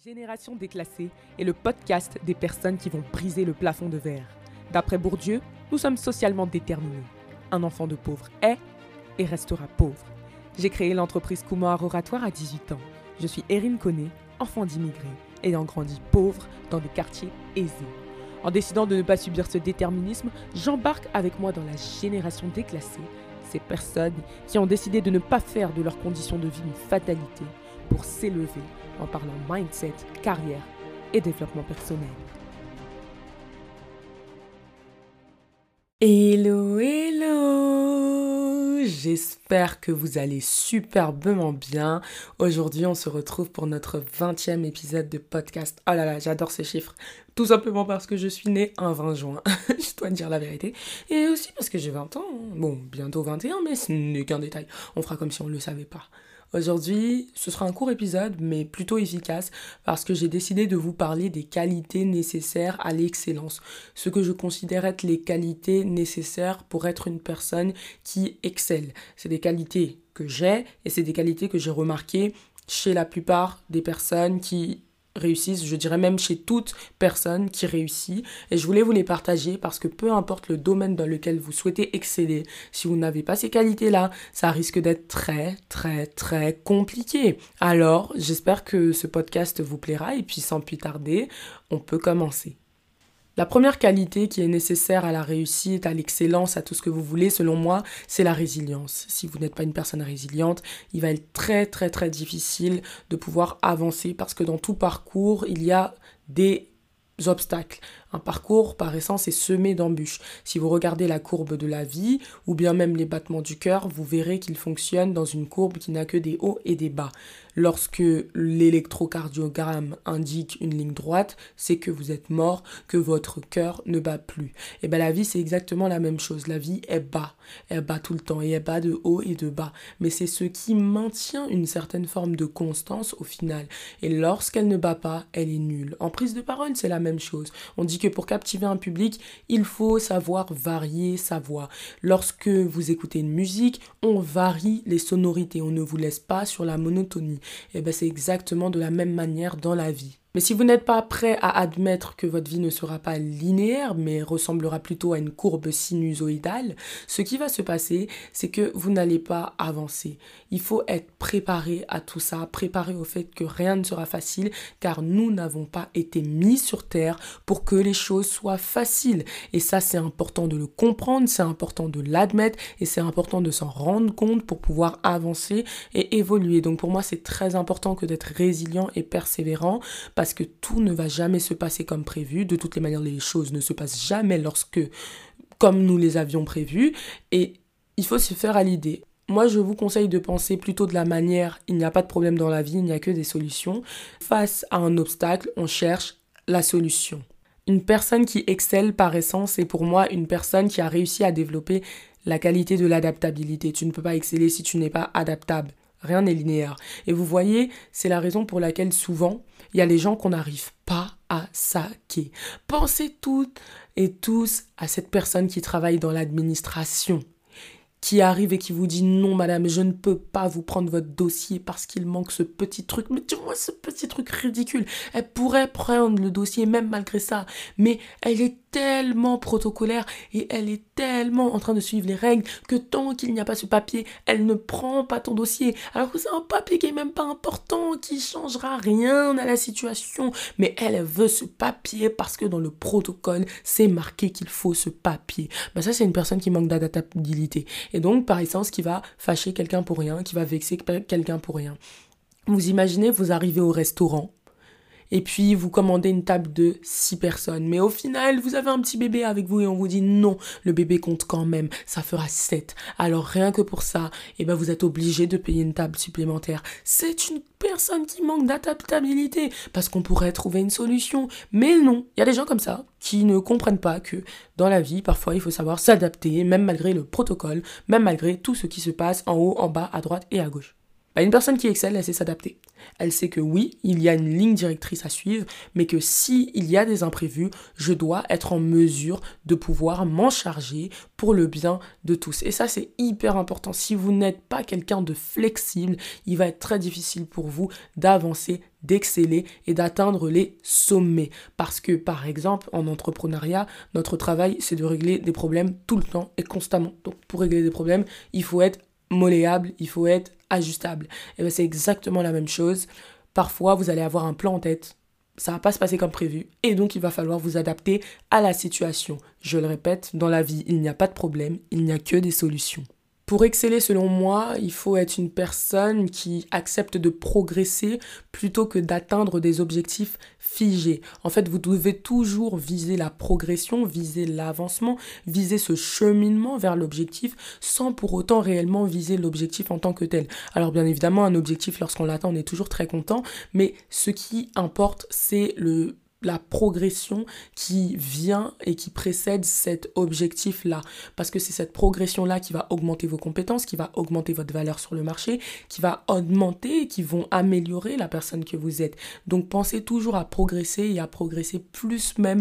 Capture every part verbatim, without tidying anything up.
Génération déclassée est le podcast des personnes qui vont briser le plafond de verre. D'après Bourdieu, nous sommes socialement déterminés. Un enfant de pauvre est et restera pauvre. J'ai créé l'entreprise Kumar Oratoire à dix-huit ans. Je suis Erin Koné, enfant d'immigrés, ayant grandi pauvre dans des quartiers aisés. En décidant de ne pas subir ce déterminisme, j'embarque avec moi dans la génération déclassée, ces personnes qui ont décidé de ne pas faire de leurs conditions de vie une fatalité pour s'élever en parlant mindset, carrière et développement personnel. Hello, hello! J'espère que vous allez superbement bien. Aujourd'hui, on se retrouve pour notre vingtième épisode de podcast. Oh là là, j'adore ces chiffres. Tout simplement parce que je suis née un vingt juin. Je dois dire la vérité. Et aussi parce que j'ai vingt ans. Bon, bientôt vingt et un, mais ce n'est qu'un détail. On fera comme si on ne le savait pas. Aujourd'hui, ce sera un court épisode, mais plutôt efficace, parce que j'ai décidé de vous parler des qualités nécessaires à l'excellence. Ce que je considère être les qualités nécessaires pour être une personne qui excelle. C'est des qualités que j'ai, et c'est des qualités que j'ai remarquées chez la plupart des personnes qui réussissent, je dirais même chez toute personne qui réussit, et je voulais vous les partager parce que peu importe le domaine dans lequel vous souhaitez exceller, si vous n'avez pas ces qualités-là, ça risque d'être très très très compliqué. Alors, j'espère que ce podcast vous plaira et puis sans plus tarder, on peut commencer. La première qualité qui est nécessaire à la réussite, à l'excellence, à tout ce que vous voulez, selon moi, c'est la résilience. Si vous n'êtes pas une personne résiliente, il va être très très très difficile de pouvoir avancer parce que dans tout parcours, il y a des obstacles. Un parcours, par essence, est semé d'embûches. Si vous regardez la courbe de la vie, ou bien même les battements du cœur, vous verrez qu'il fonctionne dans une courbe qui n'a que des hauts et des bas. Lorsque l'électrocardiogramme indique une ligne droite, c'est que vous êtes mort, que votre cœur ne bat plus. Et bien la vie, c'est exactement la même chose. La vie, elle bat. Elle bat tout le temps et elle bat de haut et de bas. Mais c'est ce qui maintient une certaine forme de constance au final. Et lorsqu'elle ne bat pas, elle est nulle. En prise de parole, c'est la même chose. On dit que pour captiver un public, il faut savoir varier sa voix. Lorsque vous écoutez une musique, on varie les sonorités. On ne vous laisse pas sur la monotonie. Et bien c'est exactement de la même manière dans la vie. Mais si vous n'êtes pas prêt à admettre que votre vie ne sera pas linéaire, mais ressemblera plutôt à une courbe sinusoïdale, ce qui va se passer, c'est que vous n'allez pas avancer. Il faut être préparé à tout ça, préparé au fait que rien ne sera facile, car nous n'avons pas été mis sur terre pour que les choses soient faciles. Et ça, c'est important de le comprendre, c'est important de l'admettre, et c'est important de s'en rendre compte pour pouvoir avancer et évoluer. Donc pour moi, c'est très important que d'être résilient et persévérant, parce que tout ne va jamais se passer comme prévu. De toutes les manières, les choses ne se passent jamais lorsque, comme nous les avions prévues. Et il faut se faire à l'idée. Moi, je vous conseille de penser plutôt de la manière, il n'y a pas de problème dans la vie, il n'y a que des solutions. Face à un obstacle, on cherche la solution. Une personne qui excelle par essence est pour moi une personne qui a réussi à développer la qualité de l'adaptabilité. Tu ne peux pas exceller si tu n'es pas adaptable. Rien n'est linéaire. Et vous voyez, c'est la raison pour laquelle souvent, il y a les gens qu'on n'arrive pas à saquer. Pensez toutes et tous à cette personne qui travaille dans l'administration, qui arrive et qui vous dit « Non, madame, je ne peux pas vous prendre votre dossier parce qu'il manque ce petit truc. » Mais dis-moi ce petit truc ridicule. Elle pourrait prendre le dossier même malgré ça. Mais elle est tellement protocolaire et elle est tellement en train de suivre les règles que tant qu'il n'y a pas ce papier, elle ne prend pas ton dossier. Alors que c'est un papier qui est même pas important, qui changera rien à la situation. Mais elle, elle veut ce papier parce que dans le protocole, c'est marqué qu'il faut ce papier. Ben ça, c'est une personne qui manque d'adaptabilité. Et donc, par essence, qui va fâcher quelqu'un pour rien, qui va vexer quelqu'un pour rien. Vous imaginez, vous arrivez au restaurant, et puis vous commandez une table de six personnes. Mais au final, vous avez un petit bébé avec vous et on vous dit non, le bébé compte quand même, ça fera sept. Alors rien que pour ça, eh ben vous êtes obligé de payer une table supplémentaire. C'est une personne qui manque d'adaptabilité parce qu'on pourrait trouver une solution. Mais non, il y a des gens comme ça qui ne comprennent pas que dans la vie, parfois, il faut savoir s'adapter, même malgré le protocole, même malgré tout ce qui se passe en haut, en bas, à droite et à gauche. Bah, une personne qui excelle, elle sait s'adapter. Elle sait que oui, il y a une ligne directrice à suivre, mais que si il y a des imprévus, je dois être en mesure de pouvoir m'en charger pour le bien de tous. Et ça, c'est hyper important. Si vous n'êtes pas quelqu'un de flexible, il va être très difficile pour vous d'avancer, d'exceller et d'atteindre les sommets. Parce que, par exemple, en entrepreneuriat, notre travail, c'est de régler des problèmes tout le temps et constamment. Donc, pour régler des problèmes, il faut être molléable, il faut être ajustable. Et bien, c'est exactement la même chose. Parfois, vous allez avoir un plan en tête. Ça va pas se passer comme prévu. Et donc, il va falloir vous adapter à la situation. Je le répète, dans la vie, il n'y a pas de problème, il n'y a que des solutions. Pour exceller, selon moi, il faut être une personne qui accepte de progresser plutôt que d'atteindre des objectifs figés. En fait, vous devez toujours viser la progression, viser l'avancement, viser ce cheminement vers l'objectif sans pour autant réellement viser l'objectif en tant que tel. Alors bien évidemment, un objectif, lorsqu'on l'atteint, on est toujours très content, mais ce qui importe, c'est le... la progression qui vient et qui précède cet objectif-là. Parce que c'est cette progression-là qui va augmenter vos compétences, qui va augmenter votre valeur sur le marché, qui va augmenter, qui vont améliorer la personne que vous êtes. Donc pensez toujours à progresser et à progresser plus même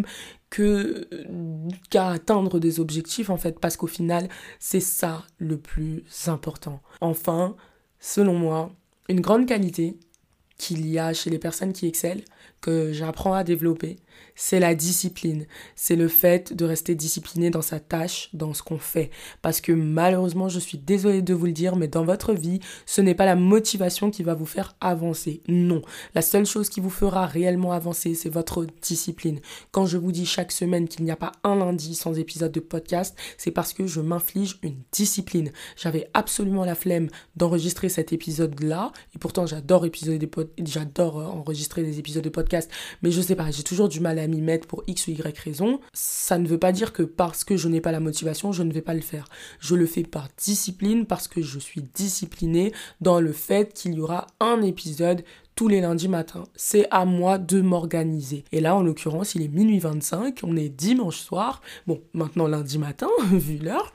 que qu'à atteindre des objectifs en fait, parce qu'au final, c'est ça le plus important. Enfin, selon moi, une grande qualité qu'il y a chez les personnes qui excellent, que j'apprends à développer, c'est la discipline. C'est le fait de rester discipliné dans sa tâche, dans ce qu'on fait. Parce que malheureusement, je suis désolée de vous le dire, mais dans votre vie, ce n'est pas la motivation qui va vous faire avancer. Non. La seule chose qui vous fera réellement avancer, c'est votre discipline. Quand je vous dis chaque semaine qu'il n'y a pas un lundi sans épisode de podcast, c'est parce que je m'inflige une discipline. J'avais absolument la flemme d'enregistrer cet épisode-là, et pourtant j'adore, épisoder des pod- j'adore enregistrer des épisodes de podcast, mais je sais pas, j'ai toujours du mal à m'y mettre pour X ou Y raison. Ça ne veut pas dire que parce que je n'ai pas la motivation, je ne vais pas le faire. Je le fais par discipline parce que je suis disciplinée dans le fait qu'il y aura un épisode tous les lundis matins. C'est à moi de m'organiser. Et là, en l'occurrence, il est minuit vingt-cinq, on est dimanche soir. Bon, maintenant lundi matin, vu l'heure.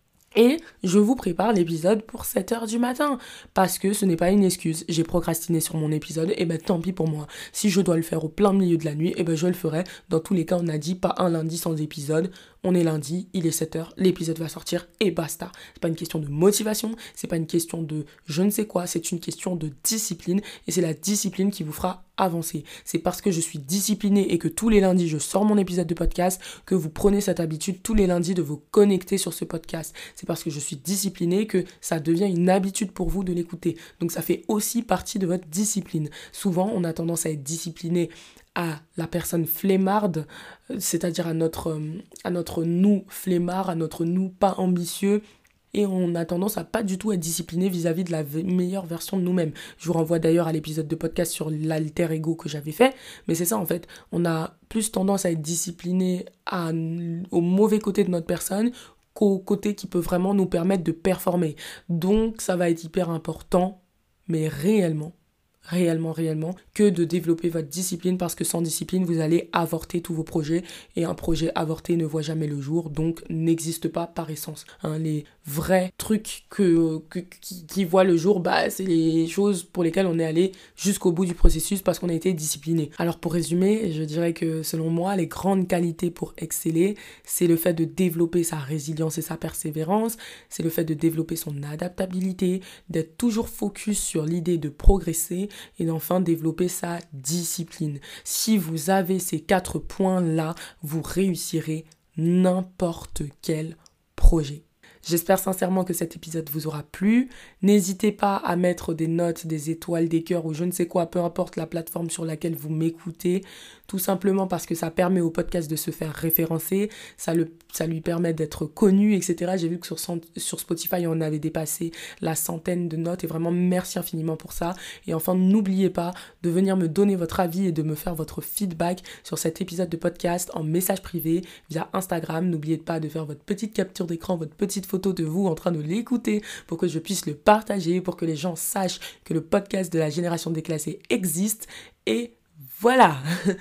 Et je vous prépare l'épisode pour sept heures du matin. Parce que ce n'est pas une excuse. J'ai procrastiné sur mon épisode, et ben tant pis pour moi. Si je dois le faire au plein milieu de la nuit, et ben je le ferai. Dans tous les cas, on a dit pas un lundi sans épisode. On est lundi, il est sept heures, l'épisode va sortir et basta. C'est pas une question de motivation, c'est pas une question de je ne sais quoi, c'est une question de discipline. Et c'est la discipline qui vous fera avancer. C'est parce que je suis disciplinée et que tous les lundis je sors mon épisode de podcast que vous prenez cette habitude tous les lundis de vous connecter sur ce podcast. C'est parce que je suis disciplinée que ça devient une habitude pour vous de l'écouter. Donc ça fait aussi partie de votre discipline. Souvent on a tendance à être discipliné à la personne flemmarde, c'est-à-dire à notre, à notre nous flemmard, à notre nous pas ambitieux. Et on a tendance à pas du tout être discipliné vis-à-vis de la v- meilleure version de nous-mêmes. Je vous renvoie d'ailleurs à l'épisode de podcast sur l'alter ego que j'avais fait. Mais c'est ça en fait, on a plus tendance à être discipliné à, au mauvais côté de notre personne qu'au côté qui peut vraiment nous permettre de performer. Donc ça va être hyper important, mais réellement, réellement, réellement, que de développer votre discipline, parce que sans discipline, vous allez avorter tous vos projets, et un projet avorté ne voit jamais le jour, donc n'existe pas par essence. Hein, les vrais trucs que, que, qui, qui voient le jour, bah, c'est les choses pour lesquelles on est allé jusqu'au bout du processus parce qu'on a été discipliné. Alors pour résumer, je dirais que selon moi, les grandes qualités pour exceller, c'est le fait de développer sa résilience et sa persévérance, c'est le fait de développer son adaptabilité, d'être toujours focus sur l'idée de progresser, et d'enfin développer sa discipline. Si vous avez ces quatre points-là, vous réussirez n'importe quel projet. J'espère sincèrement que cet épisode vous aura plu. N'hésitez pas à mettre des notes, des étoiles, des cœurs ou je ne sais quoi, peu importe la plateforme sur laquelle vous m'écoutez. Tout simplement parce que ça permet au podcast de se faire référencer, ça, le, ça lui permet d'être connu, et cetera. J'ai vu que sur, sur Spotify, on avait dépassé la centaine de notes et vraiment merci infiniment pour ça. Et enfin, n'oubliez pas de venir me donner votre avis et de me faire votre feedback sur cet épisode de podcast en message privé via Instagram. N'oubliez pas de faire votre petite capture d'écran, votre petite photo de vous en train de l'écouter pour que je puisse le partager, pour que les gens sachent que le podcast de la génération déclassée existe. Et voilà,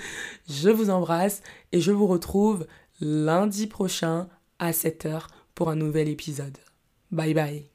je vous embrasse et je vous retrouve lundi prochain à sept heures pour un nouvel épisode. Bye bye.